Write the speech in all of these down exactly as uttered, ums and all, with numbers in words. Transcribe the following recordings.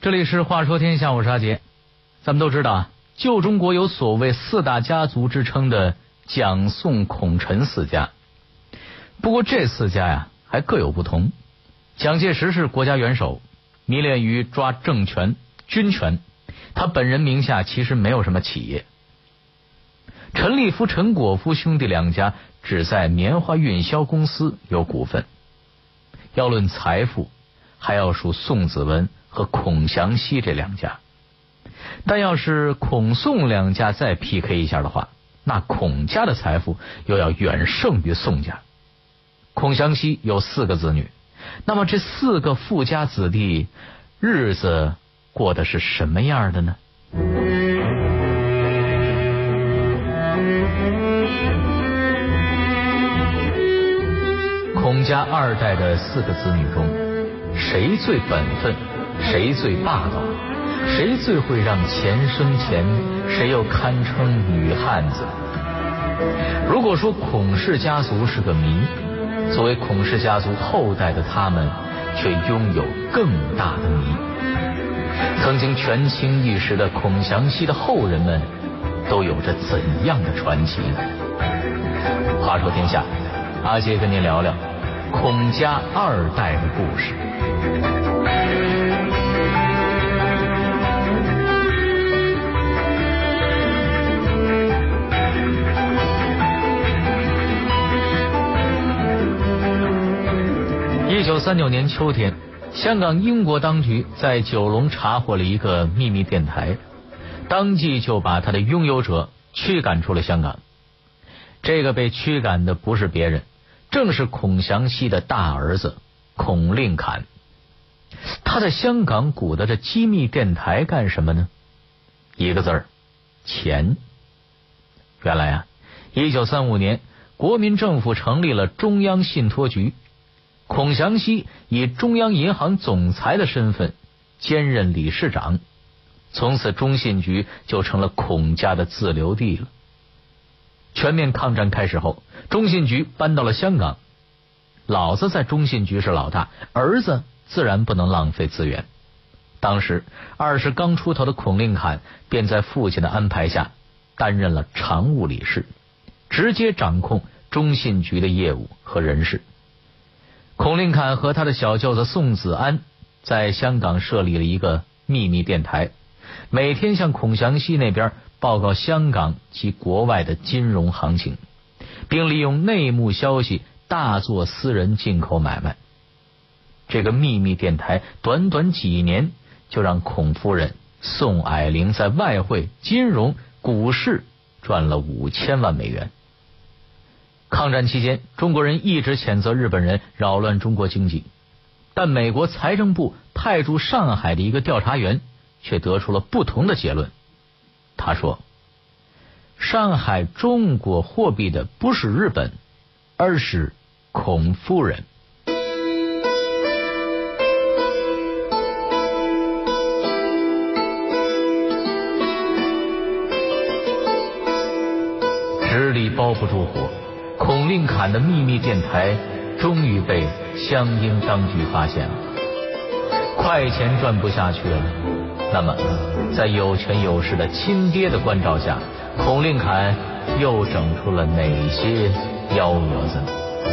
这里是话说天下，我是阿杰。咱们都知道啊，旧中国有所谓四大家族之称的蒋宋孔陈四家。不过这四家呀还各有不同。蒋介石是国家元首，迷恋于抓政权、军权，他本人名下其实没有什么企业。陈立夫、陈果夫兄弟两家只在棉花运销公司有股份。要论财富，还要数宋子文和孔祥熙这两家。但要是孔宋两家再 P K 一下的话，那孔家的财富又要远胜于宋家。孔祥熙有四个子女，那么这四个富家子弟日子过得是什么样的呢？孔家二代的四个子女中，谁最本分，谁最霸道，谁最会让钱生钱，谁又堪称女汉子。如果说孔氏家族是个谜，作为孔氏家族后代的他们却拥有更大的谜。曾经权倾一时的孔祥熙的后人们都有着怎样的传奇呢？话说天下，阿杰跟您聊聊孔家二代的故事。一九三九年秋天，香港英国当局在九龙查获了一个秘密电台，当即就把它的拥有者驱赶出了香港。这个被驱赶的不是别人，正是孔祥熙的大儿子孔令侃。他在香港鼓捣着机密电台干什么呢？一个字儿，钱。原来啊，一九三五年，国民政府成立了中央信托局，孔祥熙以中央银行总裁的身份兼任理事长，从此中信局就成了孔家的自留地了。全面抗战开始后，中信局搬到了香港。老子在中信局是老大，儿子自然不能浪费资源。当时二十刚出头的孔令侃便在父亲的安排下担任了常务理事，直接掌控中信局的业务和人事。孔令侃和他的小舅子宋子安在香港设立了一个秘密电台，每天向孔祥熙那边报告香港及国外的金融行情，并利用内幕消息大做私人进口买卖。这个秘密电台短短几年就让孔夫人宋霭龄在外汇、金融、股市赚了五千万美元。抗战期间，中国人一直谴责日本人扰乱中国经济，但美国财政部派驻上海的一个调查员却得出了不同的结论。他说，上海中国货币的不是日本，而是孔夫人。纸里包不住火，孔令侃的秘密电台终于被湘英当局发现了。快钱赚不下去了，那么在有权有势的亲爹的关照下，孔令侃又整出了哪些幺蛾子呢？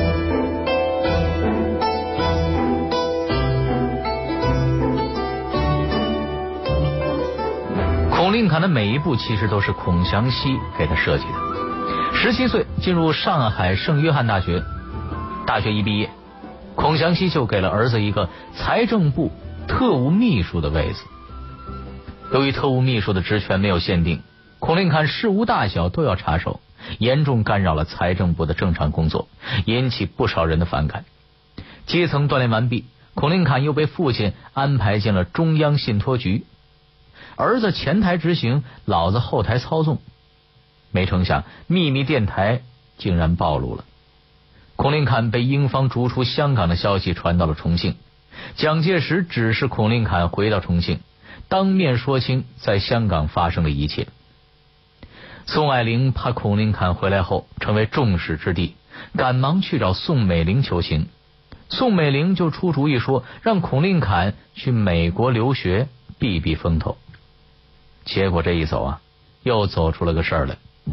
孔令侃的每一步其实都是孔祥熙给他设计的。十七岁进入上海圣约翰大学，大学一毕业，孔祥熙就给了儿子一个财政部特务秘书的位子。由于特务秘书的职权没有限定，孔令侃事无大小都要插手，严重干扰了财政部的正常工作，引起不少人的反感。基层锻炼完毕，孔令侃又被父亲安排进了中央信托局。儿子前台执行，老子后台操纵。没成想秘密电台竟然暴露了，孔令侃被英方逐出香港的消息传到了重庆。蒋介石指示孔令侃回到重庆，当面说清在香港发生的一切。宋霭龄怕孔令侃回来后成为众矢之的，赶忙去找宋美龄求情。宋美龄就出主意说，让孔令侃去美国留学， 避避风头。结果这一走啊，又走出了个事儿来。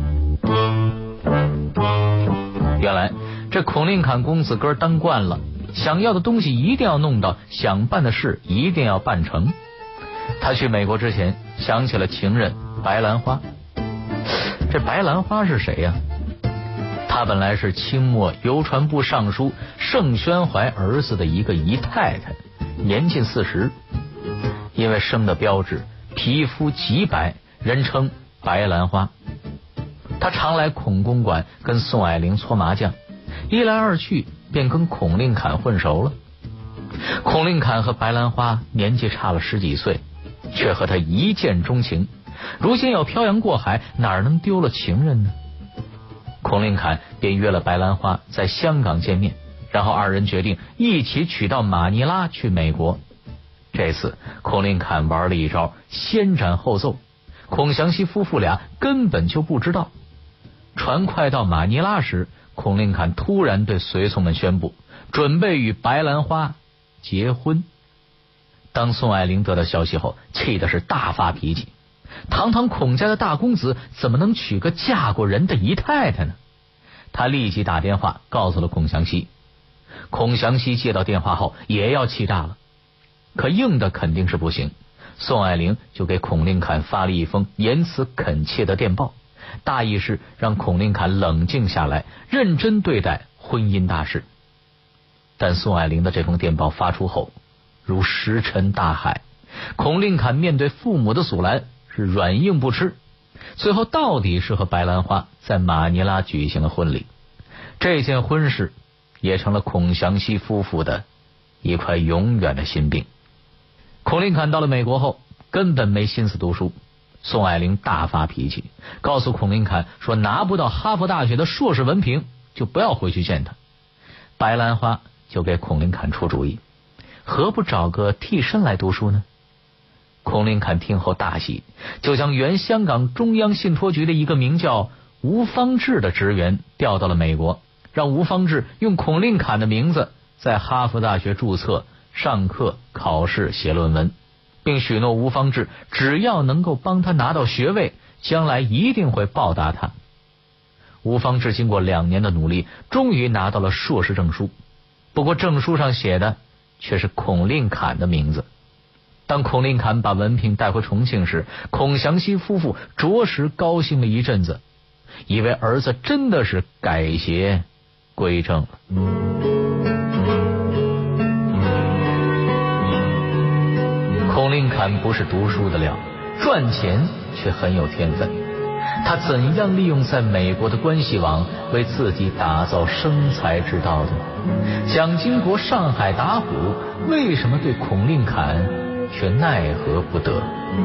原来这孔令侃公子哥当惯了，想要的东西一定要弄到，想办的事一定要办成。他去美国之前想起了情人白兰花。这白兰花是谁呀？她本来是清末邮传部尚书盛宣怀儿子的一个姨太太，年近四十，因为生的标致，皮肤极白，人称白兰花。她常来孔公馆跟宋霭龄搓麻将，一来二去便跟孔令侃混熟了。孔令侃和白兰花年纪差了十几岁，却和他一见钟情，如今要漂洋过海，哪能丢了情人呢？孔令侃便约了白兰花在香港见面，然后二人决定一起取到马尼拉去美国。这次孔令侃玩了一招先斩后奏，孔祥熙夫妇俩根本就不知道。船快到马尼拉时，孔令侃突然对随从们宣布，准备与白兰花结婚。当宋霭龄得到消息后，气的是大发脾气，堂堂孔家的大公子怎么能娶个嫁过人的姨太太呢？他立即打电话告诉了孔祥熙。孔祥熙接到电话后也要气炸了，可应的肯定是不行。宋霭龄就给孔令侃发了一封言辞恳切的电报，大意是让孔令侃冷静下来，认真对待婚姻大事。但宋霭龄的这封电报发出后如石沉大海，孔令侃面对父母的阻拦是软硬不吃，最后到底是和白兰花在马尼拉举行了婚礼。这件婚事也成了孔祥熙夫妇的一块永远的心病。孔令侃到了美国后根本没心思读书，宋霭龄大发脾气，告诉孔令侃说拿不到哈佛大学的硕士文凭就不要回去见他。白兰花就给孔令侃出主意，何不找个替身来读书呢？孔令侃听后大喜，就将原香港中央信托局的一个名叫吴方志的职员调到了美国，让吴方志用孔令侃的名字在哈佛大学注册、上课、考试、写论文，并许诺吴方志只要能够帮他拿到学位，将来一定会报答他。吴方志经过两年的努力，终于拿到了硕士证书，不过证书上写的却是孔令侃的名字。当孔令侃把文凭带回重庆时，孔祥熙夫妇着实高兴了一阵子，以为儿子真的是改邪归正了。孔令侃不是读书的料，赚钱却很有天分。他怎样利用在美国的关系网为自己打造生财之道的？蒋经国上海打虎，为什么对孔令侃却奈何不得？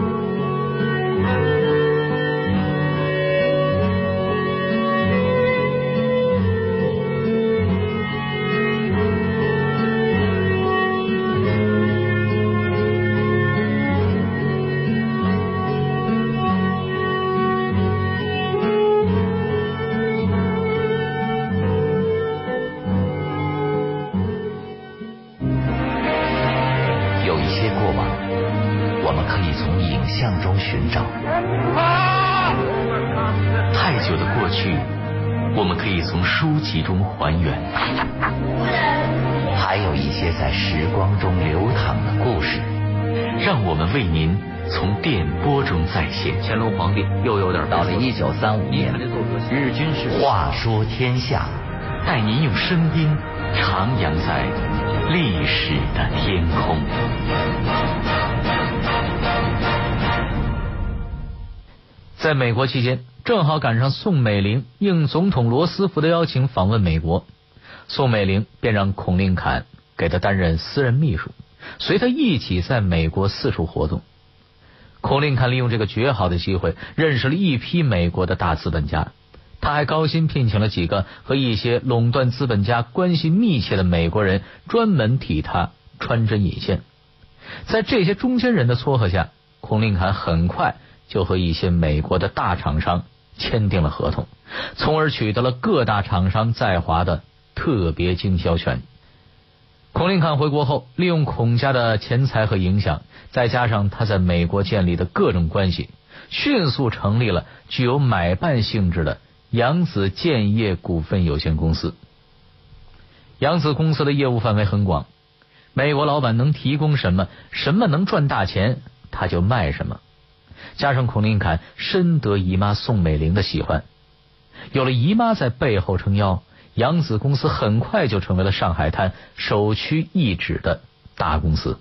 我们可以从书籍中还原，还有一些在时光中流淌的故事，让我们为您从电波中再现。 乾隆皇帝又有点到了一九三五年，日军是话说天下，带您用声音徜徉在历史的天空。 在美国期间，正好赶上宋美龄应总统罗斯福的邀请访问美国，宋美龄便让孔令侃给他担任私人秘书，随他一起在美国四处活动。孔令侃利用这个绝好的机会，认识了一批美国的大资本家，他还高薪聘请了几个和一些垄断资本家关系密切的美国人，专门替他穿针引线。在这些中间人的撮合下，孔令侃很快就和一些美国的大厂商签订了合同，从而取得了各大厂商在华的特别经销权。 孔令侃回国后，利用孔家的钱财和影响，再加上他在美国建立的各种关系，迅速成立了具有买办性质的扬子建业股份有限公司。扬子公司的业务范围很广，美国老板能提供什么，什么能赚大钱，他就卖什么。加上孔令侃深得姨妈宋美龄的喜欢，有了姨妈在背后撑腰，扬子公司很快就成为了上海滩首屈一指的大公司。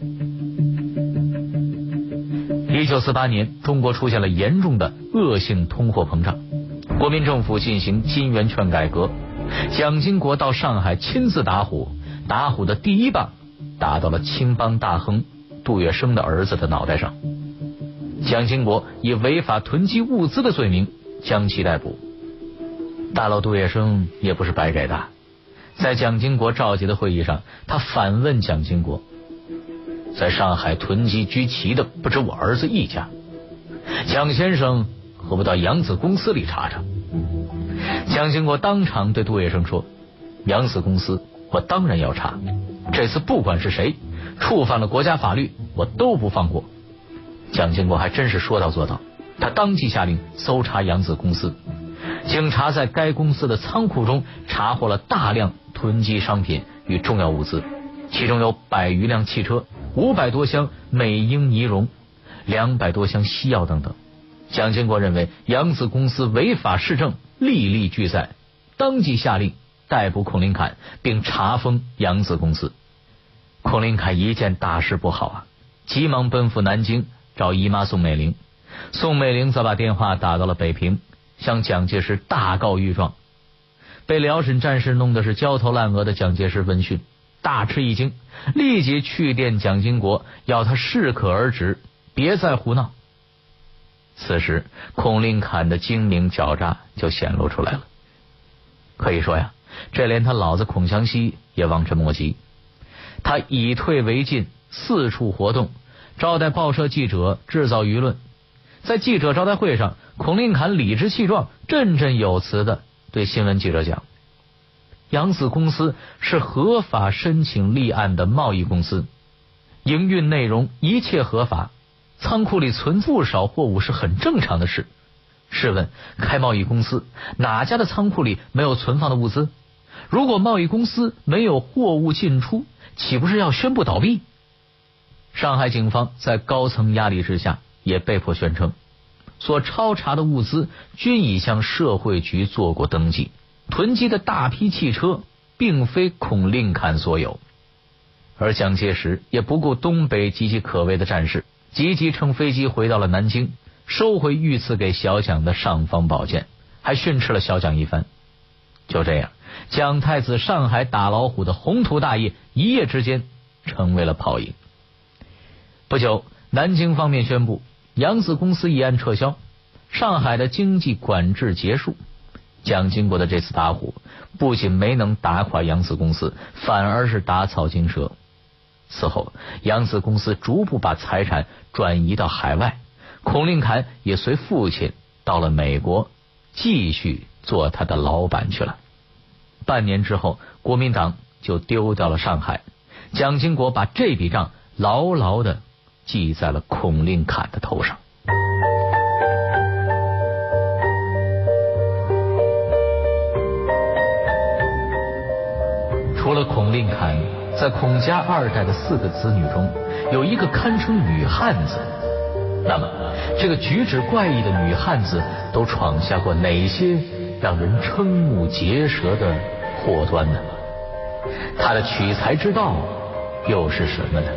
一九四八年，中国出现了严重的恶性通货膨胀，国民政府进行金圆券改革，蒋经国到上海亲自打虎，打虎的第一棒打到了青帮大亨杜月笙的儿子的脑袋上。蒋经国以违法囤积物资的罪名将其逮捕。大佬杜月笙也不是白给的，在蒋经国召集的会议上，他反问蒋经国，在上海囤积居奇的不止我儿子一家，蒋先生何不到扬子公司里查查？蒋经国当场对杜月笙说，扬子公司我当然要查，这次不管是谁触犯了国家法律，我都不放过。蒋经国还真是说到做到，他当即下令搜查扬子公司。警察在该公司的仓库中查获了大量囤积商品与重要物资，其中有百余辆汽车、五百多箱美英尼龙、两百多箱西药等等。蒋经国认为扬子公司违法市政，历历俱在，当即下令逮捕孔令侃，并查封扬子公司。孔令侃一见大事不好啊，急忙奔赴南京找姨妈宋美龄。宋美龄则把电话打到了北平，向蒋介石大告御状。被辽沈战事弄得是焦头烂额的蒋介石闻讯大吃一惊，立即去电蒋经国，要他适可而止，别再胡闹。此时孔令侃的精明狡诈就显露出来了。可以说呀，这连他老子孔祥熙也望尘莫及。他以退为进，四处活动，招待报社记者，制造舆论。在记者招待会上，孔令侃理直气壮、振振有词的对新闻记者讲，扬子公司是合法申请立案的贸易公司，营运内容一切合法，仓库里存不少货物是很正常的事。试问开贸易公司哪家的仓库里没有存放的物资？如果贸易公司没有货物进出，岂不是要宣布倒闭？上海警方在高层压力之下也被迫宣称，所抄查的物资均已向社会局做过登记，囤积的大批汽车并非孔令侃所有。而蒋介石也不顾东北岌岌可危的战事，急急乘飞机回到了南京，收回御赐给小蒋的尚方宝剑，还训斥了小蒋一番。就这样，蒋太子上海打老虎的宏图大业一夜之间成为了泡影。不久，南京方面宣布扬子公司一案撤销，上海的经济管制结束。蒋经国的这次打虎不仅没能打垮扬子公司，反而是打草惊蛇。此后，扬子公司逐步把财产转移到海外，孔令侃也随父亲到了美国，继续做他的老板去了。半年之后，国民党就丢掉了上海，蒋经国把这笔账牢牢的记在了孔令侃的头上。除了孔令侃，在孔家二代的四个子女中，有一个堪称女汉子。那么，这个举止怪异的女汉子都闯下过哪些让人瞠目结舌的祸端呢？她的取财之道又是什么呢？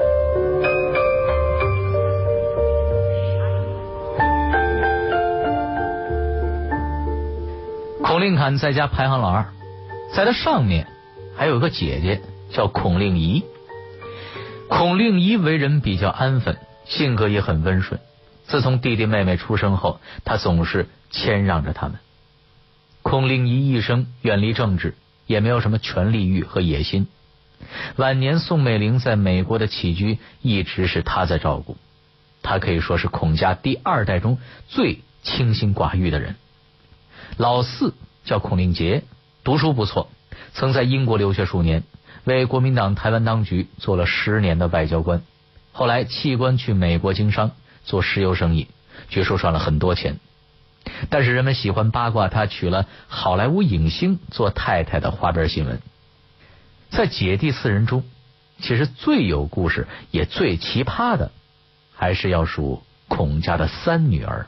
孔令侃在家排行老二，在他上面还有个姐姐叫孔令仪。孔令仪为人比较安分，性格也很温顺。自从弟弟妹妹出生后，他总是谦让着他们。孔令仪一生远离政治，也没有什么权力欲和野心。晚年宋美龄在美国的起居一直是他在照顾，他可以说是孔家第二代中最清心寡欲的人。老四叫孔令杰，读书不错，曾在英国留学数年， 为国民党台湾当局做了十年的外交官，后来弃官去美国经商，做石油生意，据说赚了很多钱。但是人们喜欢八卦他娶了好莱坞影星做太太的花边新闻。在姐弟四人中，其实最有故事也最奇葩的，还是要数孔家的三女儿。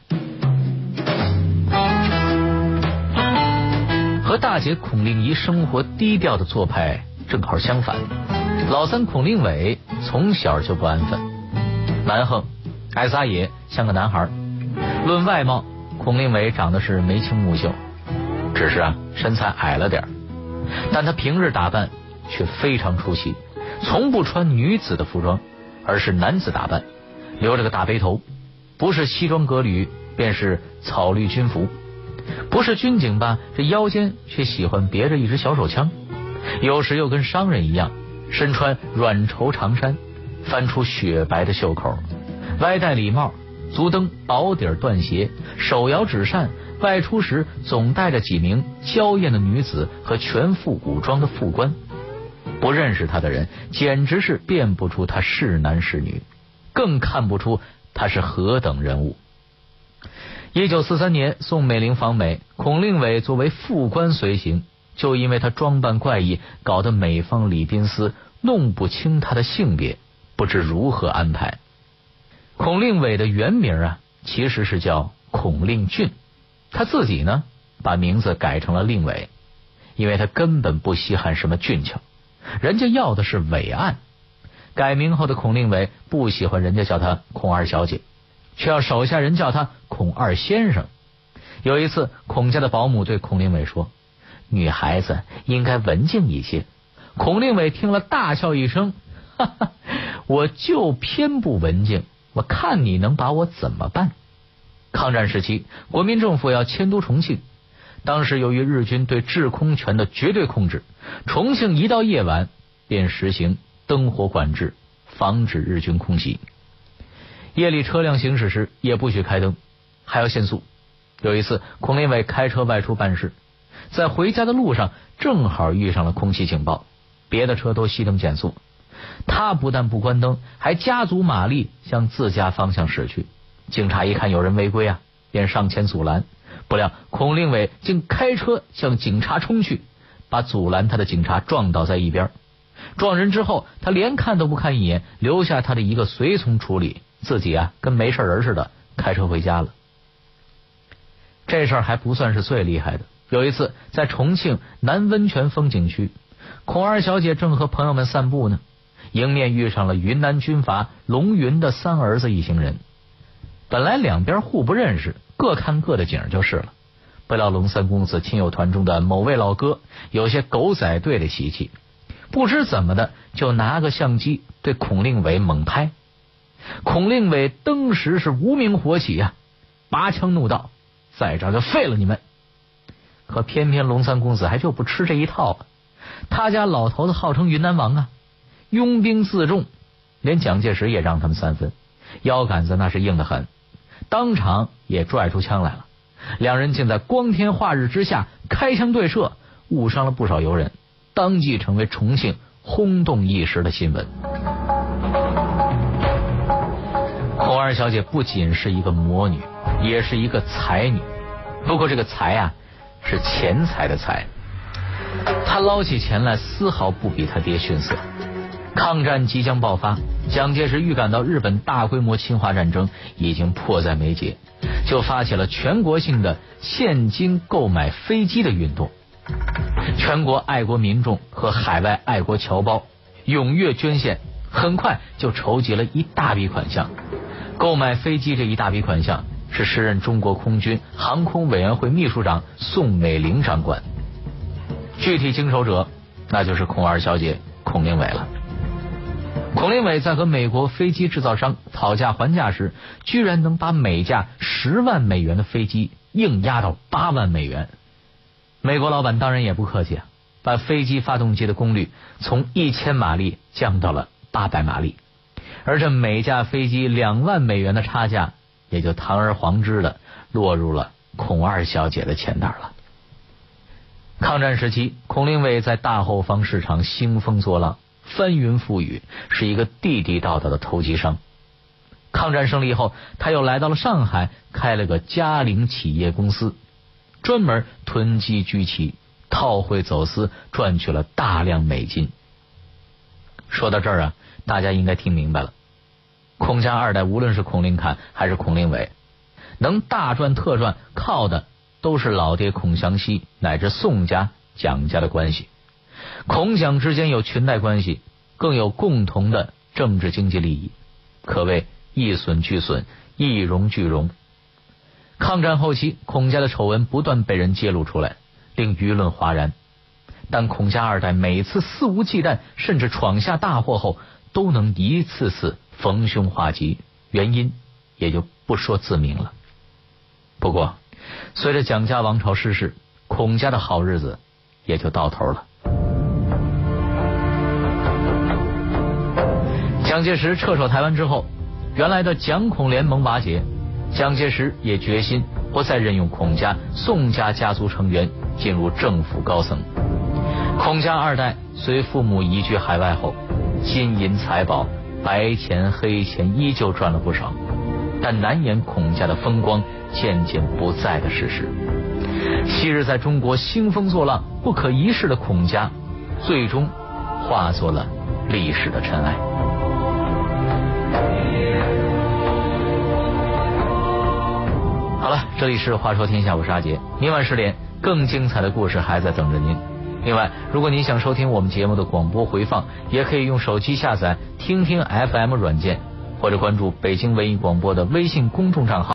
和大姐孔令仪生活低调的做派正好相反，老三孔令伟从小就不安分，蛮横，爱撒野，像个男孩。论外貌，孔令伟长得是眉清目秀，只是啊身材矮了点，但他平日打扮却非常出奇，从不穿女子的服装，而是男子打扮，留着个大背头，不是西装革履便是草绿军服，不是军警吧，这腰间却喜欢别着一支小手枪，有时又跟商人一样，身穿软绸长衫，翻出雪白的袖口，歪戴礼帽，足蹬薄底缎鞋，手摇纸扇，外出时总带着几名娇艳的女子和全副武装的副官。不认识他的人简直是辨不出他是男是女，更看不出他是何等人物。一九四三年宋美龄访美，孔令伟作为副官随行，就因为他装扮怪异，搞得美方礼宾司弄不清他的性别，不知如何安排。孔令伟的原名啊，其实是叫孔令俊，他自己呢把名字改成了令伟，因为他根本不稀罕什么俊俏，人家要的是伟岸。改名后的孔令伟不喜欢人家叫他孔二小姐，却要手下人叫他孔二先生。有一次，孔家的保姆对孔令伟说，女孩子应该文静一些。孔令伟听了大笑一声，哈哈，我就偏不文静，我看你能把我怎么办。抗战时期，国民政府要迁都重庆，当时由于日军对制空权的绝对控制，重庆一到夜晚便实行灯火管制，防止日军空袭。夜里车辆行驶时也不许开灯，还要限速。有一次，孔令伟开车外出办事，在回家的路上正好遇上了空袭警报，别的车都熄灯减速，他不但不关灯，还加足马力向自家方向驶去。警察一看有人违规啊，便上前阻拦，不料孔令伟竟开车向警察冲去，把阻拦他的警察撞倒在一边。撞人之后，他连看都不看一眼，留下他的一个随从处理，自己啊跟没事人似的开车回家了。这事儿还不算是最厉害的。有一次在重庆南温泉风景区，孔二小姐正和朋友们散步呢，迎面遇上了云南军阀龙云的三儿子一行人。本来两边互不认识，各看各的景就是了。不料龙三公子亲友团中的某位老哥有些狗仔队的习气，不知怎么的就拿个相机对孔令伟猛拍。孔令伟当时是无名火起呀、啊，拔枪怒道，再招就废了你们。可偏偏龙三公子还就不吃这一套啊，他家老头子号称云南王啊，拥兵自重，连蒋介石也让他们三分，腰杆子那是硬得很，当场也拽出枪来了。两人竟在光天化日之下开枪对射，误伤了不少游人，当即成为重庆轰动一时的新闻。孔二小姐不仅是一个魔女，也是一个才女，不过这个才啊是钱财的财，她捞起钱来丝毫不比她爹逊色。抗战即将爆发，蒋介石预感到日本大规模侵华战争已经迫在眉睫，就发起了全国性的现金购买飞机的运动。全国爱国民众和海外爱国侨胞踊跃捐献，很快就筹集了一大笔款项。购买飞机这一大笔款项是时任中国空军航空委员会秘书长宋美龄掌管，具体经手者那就是孔二小姐孔令伟了。孔令伟在和美国飞机制造商讨价还价时，居然能把每架十万美元的飞机硬压到八万美元。美国老板当然也不客气啊，把飞机发动机的功率从一千马力降到了八百马力，而这每架飞机两万美元的差价，也就堂而皇之的落入了孔二小姐的钱袋了。 抗战时期，孔令伟在大后方市场兴风作浪，翻云覆雨，是一个地地道道的投机商。抗战胜利后，他又来到了上海，开了个嘉陵企业公司，专门囤积居奇，套汇走私，赚取了大量美金。说到这儿啊，大家应该听明白了，孔家二代无论是孔令侃还是孔令伟，能大赚特赚，靠的都是老爹孔祥熙乃至宋家、蒋家的关系。孔蒋之间有裙带关系，更有共同的政治经济利益，可谓一损俱损，一荣俱荣。抗战后期，孔家的丑闻不断被人揭露出来，令舆论哗然。但孔家二代每次肆无忌惮，甚至闯下大祸后，都能一次次逢凶化吉，原因也就不说自明了。不过，随着蒋家王朝逝世，孔家的好日子也就到头了。蒋介石撤守台湾之后，原来的蒋孔联盟瓦解，蒋介石也决心不再任用孔家、宋家家族成员进入政府高层。孔家二代随父母移居海外后，金银财宝、白钱黑钱依旧赚了不少，但难掩孔家的风光渐渐不在的事实。昔日在中国兴风作浪、不可一世的孔家，最终化作了历史的尘埃。好了，这里是话说天下，我是阿杰，明晚十点更精彩的故事还在等着您。另外，如果您想收听我们节目的广播回放，也可以用手机下载听听 F M 软件，或者关注北京文艺广播的微信公众账号。